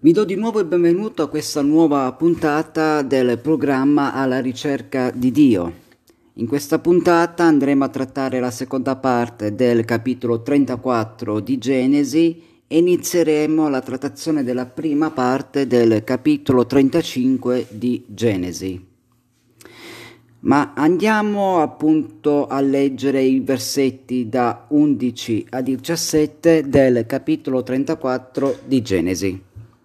Vi do di nuovo il benvenuto a questa nuova puntata del programma Alla ricerca di Dio. In questa puntata andremo a trattare la seconda parte del capitolo 34 di Genesi e inizieremo la trattazione della prima parte del capitolo 35 di Genesi. Ma andiamo appunto a leggere i versetti da 11 a 17 del capitolo 34 di Genesi.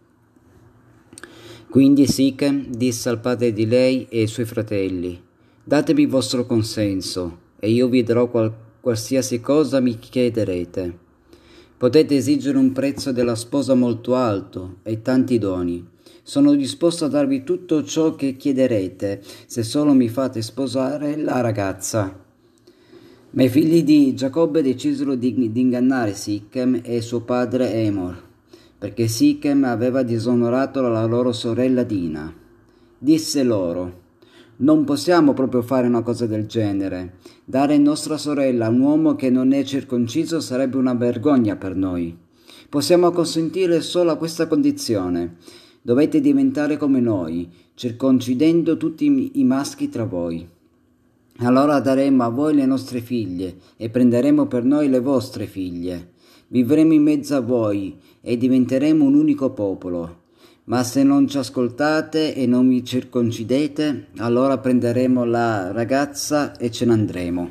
Quindi Sichem disse al padre di lei e ai suoi fratelli: datemi il vostro consenso, e io vi darò qualsiasi cosa mi chiederete. Potete esigere un prezzo della sposa molto alto e tanti doni. Sono disposto a darvi tutto ciò che chiederete, se solo mi fate sposare la ragazza. Ma i figli di Giacobbe decisero di ingannare Sichem e suo padre Emor, perché Sichem aveva disonorato la loro sorella Dina. Disse loro: non possiamo proprio fare una cosa del genere. Dare nostra sorella a un uomo che non è circonciso sarebbe una vergogna per noi. Possiamo consentire solo a questa condizione: dovete diventare come noi, circoncidendo tutti i maschi tra voi. Allora daremo a voi le nostre figlie e prenderemo per noi le vostre figlie. Vivremo in mezzo a voi e diventeremo un unico popolo. Ma se non ci ascoltate e non vi circoncidete, allora prenderemo la ragazza e ce ne andremo.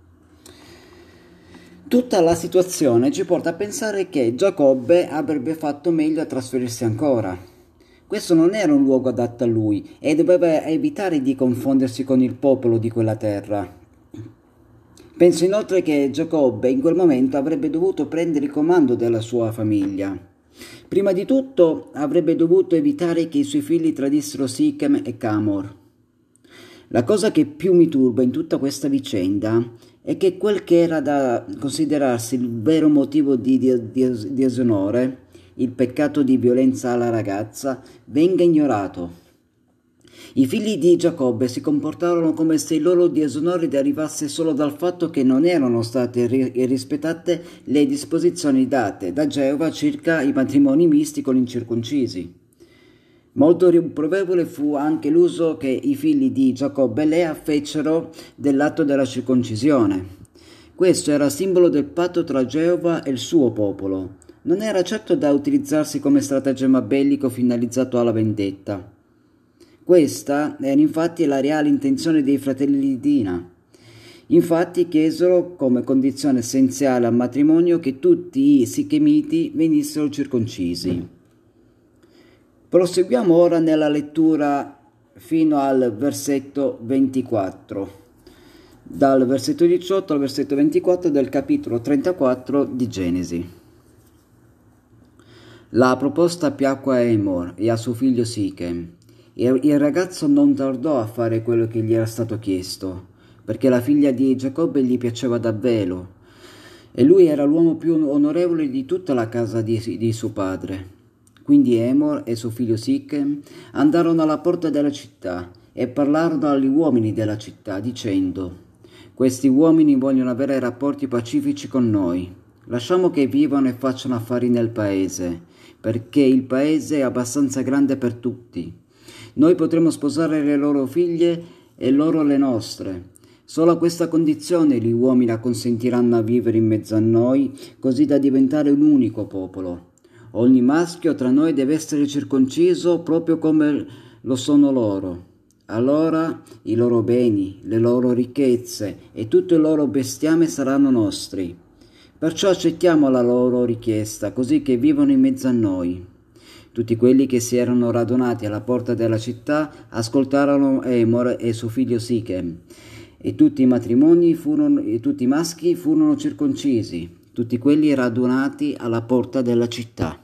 Tutta la situazione ci porta a pensare che Giacobbe avrebbe fatto meglio a trasferirsi ancora. Questo non era un luogo adatto a lui e doveva evitare di confondersi con il popolo di quella terra. Penso inoltre che Giacobbe in quel momento avrebbe dovuto prendere il comando della sua famiglia. Prima di tutto avrebbe dovuto evitare che i suoi figli tradissero Sichem e Camor. La cosa che più mi turba in tutta questa vicenda è che quel che era da considerarsi il vero motivo di disonore, il peccato di violenza alla ragazza, venga ignorato. I figli di Giacobbe si comportarono come se il loro disonore derivasse solo dal fatto che non erano state rispettate le disposizioni date da Geova circa i matrimoni misti con incirconcisi. Molto riprovevole fu anche l'uso che i figli di Giacobbe e Lea fecero dell'atto della circoncisione. Questo era simbolo del patto tra Geova e il suo popolo. Non era certo da utilizzarsi come stratagemma bellico finalizzato alla vendetta. Questa era infatti la reale intenzione dei fratelli di Dina. Infatti chiesero come condizione essenziale al matrimonio che tutti i sichemiti venissero circoncisi. Proseguiamo ora nella lettura fino al versetto 24, dal versetto 18 al versetto 24 del capitolo 34 di Genesi. La proposta piacque a Emor e a suo figlio Sichem. Il ragazzo non tardò a fare quello che gli era stato chiesto, perché la figlia di Giacobbe gli piaceva davvero, e lui era l'uomo più onorevole di tutta la casa di suo padre. Quindi Emor e suo figlio Sichem andarono alla porta della città e parlarono agli uomini della città, dicendo: questi uomini vogliono avere rapporti pacifici con noi. Lasciamo che vivano e facciano affari nel paese, perché il paese è abbastanza grande per tutti. Noi potremo sposare le loro figlie e loro le nostre. Solo a questa condizione gli uomini acconsentiranno a vivere in mezzo a noi, così da diventare un unico popolo. Ogni maschio tra noi deve essere circonciso proprio come lo sono loro. Allora i loro beni, le loro ricchezze e tutto il loro bestiame saranno nostri. Perciò accettiamo la loro richiesta, così che vivono in mezzo a noi. Tutti quelli che si erano radunati alla porta della città ascoltarono Emor e suo figlio Sichem, e tutti i maschi furono circoncisi, tutti quelli radunati alla porta della città.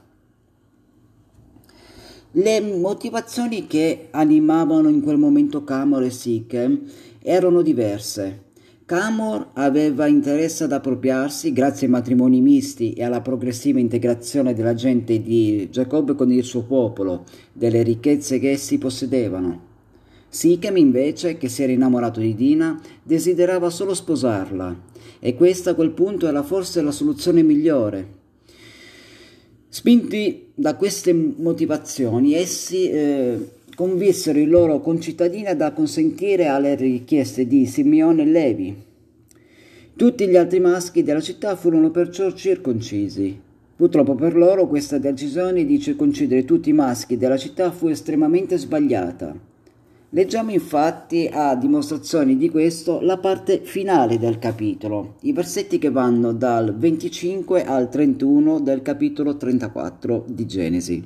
Le motivazioni che animavano in quel momento Camor e Sichem erano diverse. Camor aveva interesse ad appropriarsi, grazie ai matrimoni misti e alla progressiva integrazione della gente di Giacobbe con il suo popolo, delle ricchezze che essi possedevano. Sichem invece, che si era innamorato di Dina, desiderava solo sposarla, e questa a quel punto era forse la soluzione migliore. Spinti da queste motivazioni, essi convinsero i loro concittadini ad acconsentire alle richieste di Simeone e Levi. Tutti gli altri maschi della città furono perciò circoncisi. Purtroppo per loro questa decisione di circoncidere tutti i maschi della città fu estremamente sbagliata. Leggiamo infatti a dimostrazione di questo la parte finale del capitolo, i versetti che vanno dal 25 al 31 del capitolo 34 di Genesi.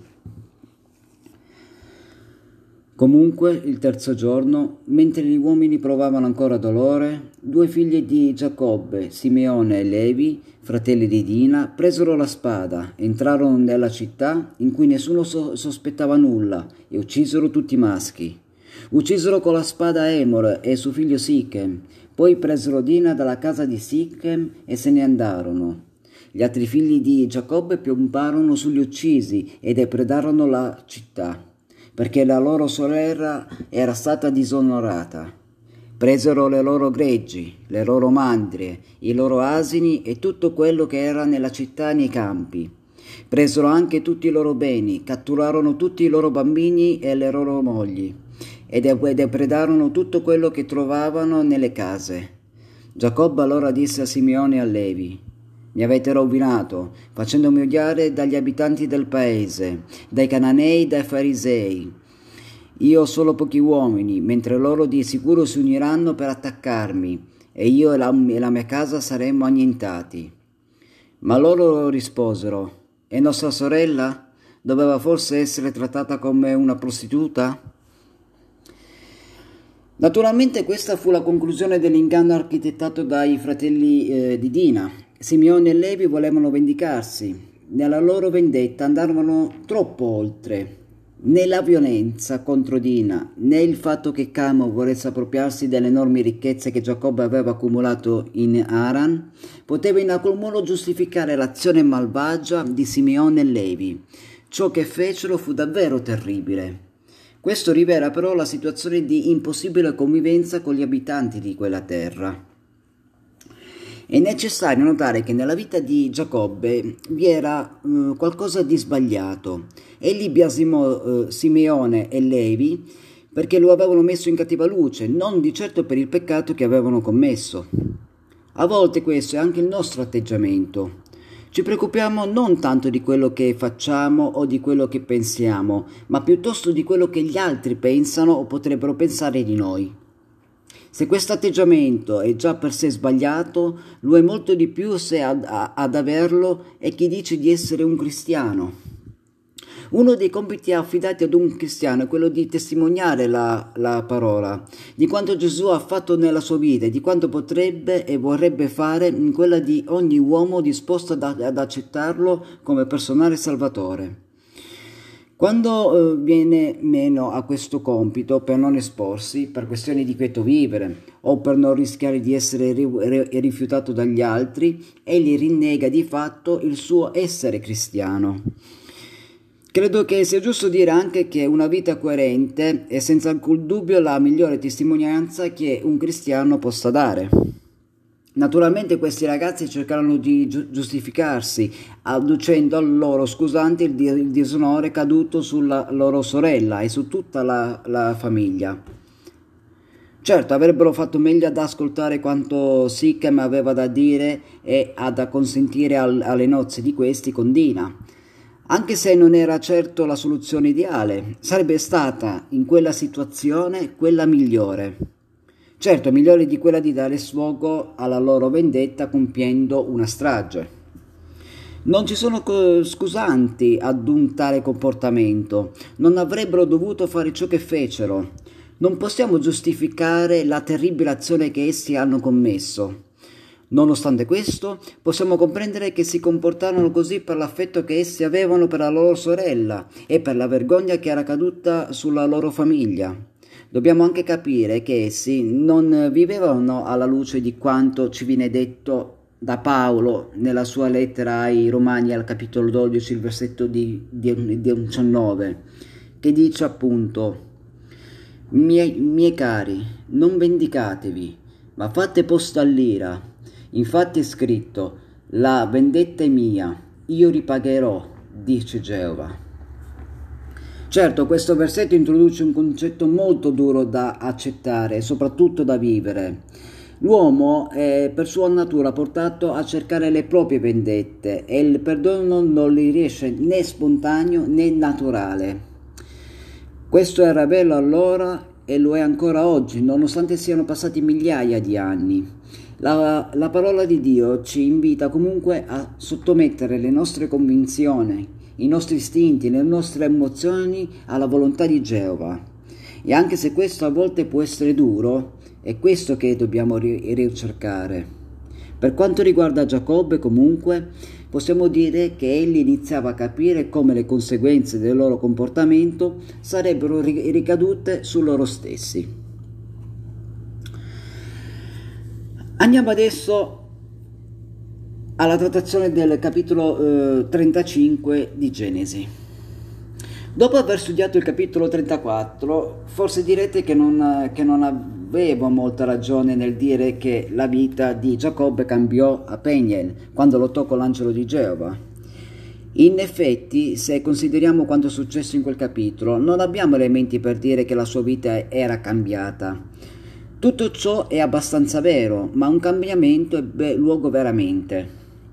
Comunque, il terzo giorno, mentre gli uomini provavano ancora dolore, due figli di Giacobbe, Simeone e Levi, fratelli di Dina, presero la spada, entrarono nella città in cui nessuno sospettava nulla e uccisero tutti i maschi. Uccisero con la spada Emor e suo figlio Sichem, poi presero Dina dalla casa di Sichem e se ne andarono. Gli altri figli di Giacobbe piomparono sugli uccisi e depredarono la città, perché la loro sorella era stata disonorata. Presero le loro greggi, le loro mandrie, i loro asini e tutto quello che era nella città e nei campi. Presero anche tutti i loro beni, catturarono tutti i loro bambini e le loro mogli, e depredarono tutto quello che trovavano nelle case. Giacobbe allora disse a Simeone e a Levi: mi avete rovinato, facendomi odiare dagli abitanti del paese, dai cananei, dai farisei. Io ho solo pochi uomini, mentre loro di sicuro si uniranno per attaccarmi, e io e la mia casa saremmo annientati. Ma loro risposero: e nostra sorella? Doveva forse essere trattata come una prostituta? Naturalmente questa fu la conclusione dell'inganno architettato dai fratelli di Dina. Simeone e Levi volevano vendicarsi. Nella loro vendetta andarono troppo oltre. Né la violenza contro Dina, né il fatto che Camo volesse appropriarsi delle enormi ricchezze che Giacobbe aveva accumulato in Haran poteva in alcun modo giustificare l'azione malvagia di Simeone e Levi. Ciò che fecero fu davvero terribile. Questo rivela però la situazione di impossibile convivenza con gli abitanti di quella terra. È necessario notare che nella vita di Giacobbe vi era qualcosa di sbagliato. Egli biasimò Simeone e Levi perché lo avevano messo in cattiva luce, non di certo per il peccato che avevano commesso. A volte questo è anche il nostro atteggiamento. Ci preoccupiamo non tanto di quello che facciamo o di quello che pensiamo, ma piuttosto di quello che gli altri pensano o potrebbero pensare di noi. Se questo atteggiamento è già per sé sbagliato, lo è molto di più se ad averlo è chi dice di essere un cristiano. Uno dei compiti affidati ad un cristiano è quello di testimoniare la parola, di quanto Gesù ha fatto nella sua vita e di quanto potrebbe e vorrebbe fare in quella di ogni uomo disposto ad accettarlo come personale salvatore. Quando viene meno a questo compito per non esporsi, per questioni di quieto vivere o per non rischiare di essere rifiutato dagli altri, egli rinnega di fatto il suo essere cristiano. Credo che sia giusto dire anche che una vita coerente è senza alcun dubbio la migliore testimonianza che un cristiano possa dare. Naturalmente questi ragazzi cercarono di giustificarsi, adducendo a loro scusanti il disonore caduto sulla loro sorella e su tutta la famiglia. Certo, avrebbero fatto meglio ad ascoltare quanto Sichem aveva da dire e ad acconsentire alle nozze di questi con Dina. Anche se non era certo la soluzione ideale, sarebbe stata in quella situazione quella migliore. Certo, migliore di quella di dare sfogo alla loro vendetta compiendo una strage. Non ci sono scusanti ad un tale comportamento, non avrebbero dovuto fare ciò che fecero. Non possiamo giustificare la terribile azione che essi hanno commesso. Nonostante questo, possiamo comprendere che si comportarono così per l'affetto che essi avevano per la loro sorella e per la vergogna che era caduta sulla loro famiglia. Dobbiamo anche capire che essi non vivevano alla luce di quanto ci viene detto da Paolo nella sua lettera ai Romani al capitolo 12, il versetto di 19, che dice appunto: miei cari, non vendicatevi, ma fate posto all'ira. Infatti è scritto: la vendetta è mia, io ripagherò, dice Geova. Certo, questo versetto introduce un concetto molto duro da accettare e soprattutto da vivere. L'uomo è per sua natura portato a cercare le proprie vendette e il perdono non gli riesce né spontaneo né naturale. Questo era vero allora e lo è ancora oggi, nonostante siano passati migliaia di anni. La parola di Dio ci invita comunque a sottomettere le nostre convinzioni, i nostri istinti, le nostre emozioni alla volontà di Geova. E anche se questo a volte può essere duro, è questo che dobbiamo ricercare. Per quanto riguarda Giacobbe, comunque, possiamo dire che egli iniziava a capire come le conseguenze del loro comportamento sarebbero ricadute su loro stessi. Andiamo adesso alla trattazione del capitolo 35 di Genesi. Dopo aver studiato il capitolo 34, forse direte che non avevo molta ragione nel dire che la vita di Giacobbe cambiò a Peniel, quando lottò con l'angelo di Geova. In effetti, se consideriamo quanto è successo in quel capitolo, non abbiamo elementi per dire che la sua vita era cambiata. Tutto ciò è abbastanza vero, ma un cambiamento ebbe luogo veramente.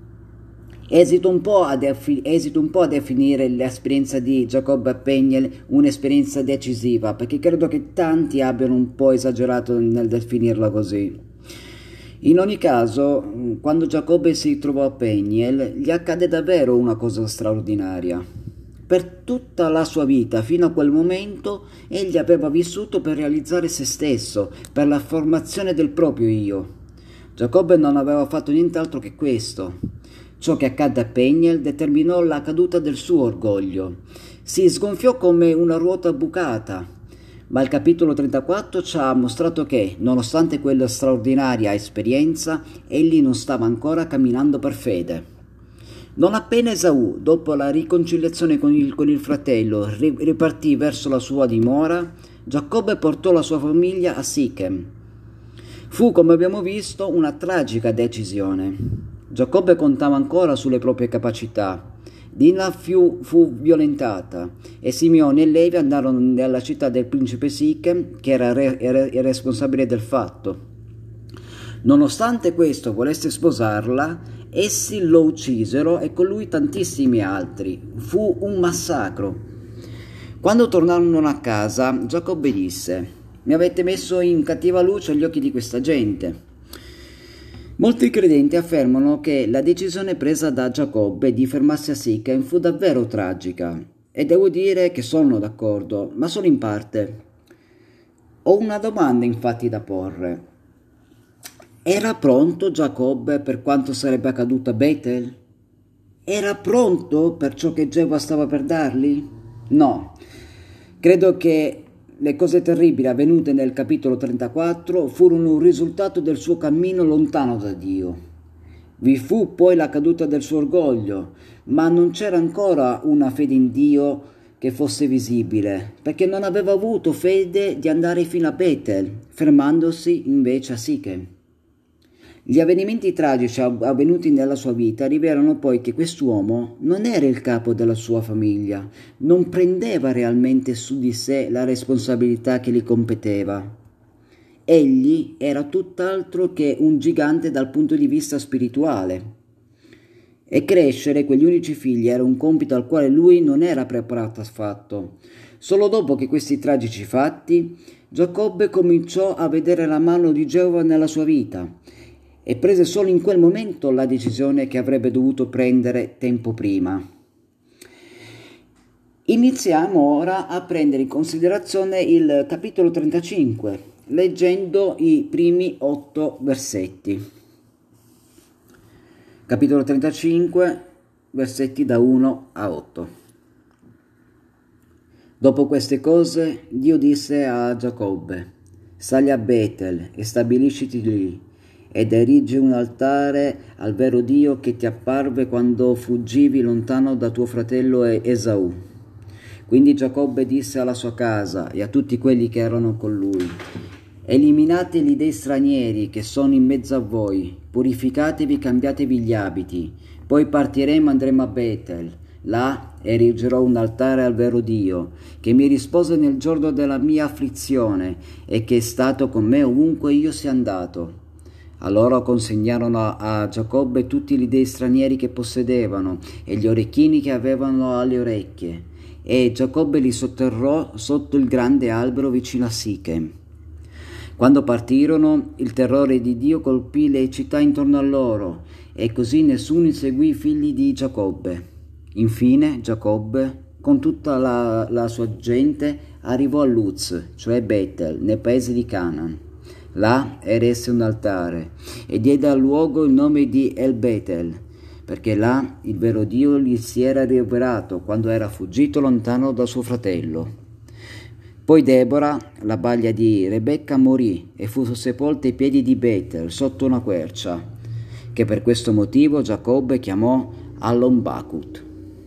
Esito un po' a definire l'esperienza di Giacobbe a Peniel un'esperienza decisiva, perché credo che tanti abbiano un po' esagerato nel definirla così. In ogni caso, quando Giacobbe si trovò a Peniel, gli accade davvero una cosa straordinaria. Per tutta la sua vita, fino a quel momento, egli aveva vissuto per realizzare se stesso, per la formazione del proprio io. Giacobbe non aveva fatto nient'altro che questo. Ciò che accadde a Peniel determinò la caduta del suo orgoglio. Si sgonfiò come una ruota bucata. Ma il capitolo 34 ci ha mostrato che, nonostante quella straordinaria esperienza, egli non stava ancora camminando per fede. Non appena Esaù, dopo la riconciliazione con il fratello, ripartì verso la sua dimora, Giacobbe portò la sua famiglia a Sichem. Fu, come abbiamo visto, una tragica decisione. Giacobbe contava ancora sulle proprie capacità. Dina fu violentata e Simeone e Levi andarono nella città del principe Sichem, che era il responsabile del fatto. Nonostante questo volesse sposarla, essi lo uccisero e con lui tantissimi altri. Fu un massacro. Quando tornarono a casa, Giacobbe disse: «Mi avete messo in cattiva luce agli occhi di questa gente». Molti credenti affermano che la decisione presa da Giacobbe di fermarsi a Sichem fu davvero tragica, e devo dire che sono d'accordo, ma solo in parte. Ho una domanda infatti da porre. Era pronto Giacobbe per quanto sarebbe accaduto a Betel? Era pronto per ciò che Geova stava per dargli? No. Credo che le cose terribili avvenute nel capitolo 34 furono un risultato del suo cammino lontano da Dio. Vi fu poi la caduta del suo orgoglio, ma non c'era ancora una fede in Dio che fosse visibile, perché non aveva avuto fede di andare fino a Betel, fermandosi invece a Sichem. Gli avvenimenti tragici avvenuti nella sua vita rivelano poi che quest'uomo non era il capo della sua famiglia, non prendeva realmente su di sé la responsabilità che gli competeva. Egli era tutt'altro che un gigante dal punto di vista spirituale. E crescere quegli unici figli era un compito al quale lui non era preparato affatto. Solo dopo che questi tragici fatti, Giacobbe cominciò a vedere la mano di Geova nella sua vita, e prese solo in quel momento la decisione che avrebbe dovuto prendere tempo prima. Iniziamo ora a prendere in considerazione il capitolo 35, leggendo i primi 8 versetti. Capitolo 35, versetti da 1 a 8. Dopo queste cose, Dio disse a Giacobbe: «Sali a Betel e stabilisciti lì, ed erigi un altare al vero Dio che ti apparve quando fuggivi lontano da tuo fratello Esaù». Quindi Giacobbe disse alla sua casa e a tutti quelli che erano con lui: «Eliminate gli dei stranieri che sono in mezzo a voi, purificatevi, cambiatevi gli abiti, poi partiremo e andremo a Betel. Là erigerò un altare al vero Dio, che mi rispose nel giorno della mia afflizione e che è stato con me ovunque io sia andato. Allora consegnarono a Giacobbe tutti gli dei stranieri che possedevano e gli orecchini che avevano alle orecchie, e Giacobbe li sotterrò sotto il grande albero vicino a Sichem. Quando partirono, il terrore di Dio colpì le città intorno a loro, e così nessuno inseguì i figli di Giacobbe. Infine Giacobbe, con tutta la sua gente, arrivò a Luz, cioè Betel, nel paese di Canaan. Là eresse un altare e diede al luogo il nome di El Betel, perché là il vero Dio gli si era rivelato quando era fuggito lontano da suo fratello. Poi Debora, la baglia di Rebecca, morì e fu sepolta ai piedi di Betel, sotto una quercia, che per questo motivo Giacobbe chiamò Allon-Bacuth.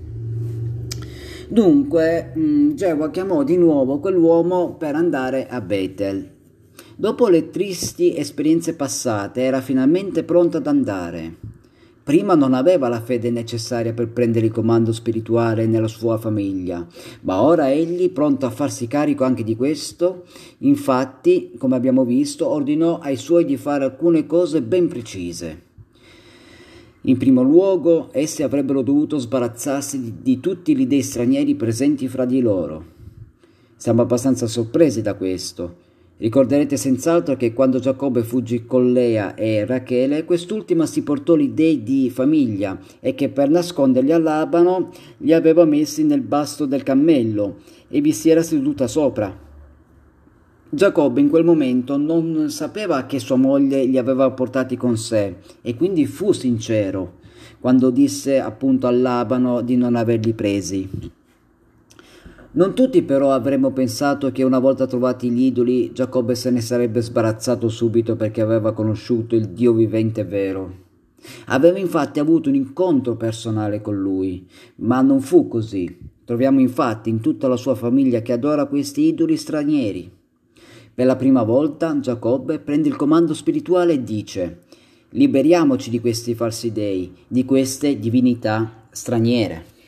Dunque Geova chiamò di nuovo quell'uomo per andare a Betel. Dopo le tristi esperienze passate era finalmente pronto ad andare. Prima non aveva la fede necessaria per prendere il comando spirituale nella sua famiglia, ma ora egli, pronto a farsi carico anche di questo, infatti, come abbiamo visto, ordinò ai suoi di fare alcune cose ben precise. In primo luogo, essi avrebbero dovuto sbarazzarsi di tutti gli dei stranieri presenti fra di loro. Siamo abbastanza sorpresi da questo. Ricorderete senz'altro che quando Giacobbe fuggì con Lea e Rachele, quest'ultima si portò gli dei di famiglia e che per nasconderli a Labano li aveva messi nel basto del cammello e vi si era seduta sopra. Giacobbe in quel momento non sapeva che sua moglie li aveva portati con sé e quindi fu sincero quando disse appunto a Labano di non averli presi. Non tutti però avremmo pensato che una volta trovati gli idoli Giacobbe se ne sarebbe sbarazzato subito perché aveva conosciuto il Dio vivente e vero. Aveva infatti avuto un incontro personale con lui, ma non fu così. Troviamo infatti in tutta la sua famiglia che adora questi idoli stranieri. Per la prima volta Giacobbe prende il comando spirituale e dice: liberiamoci di questi falsi dei, di queste divinità straniere.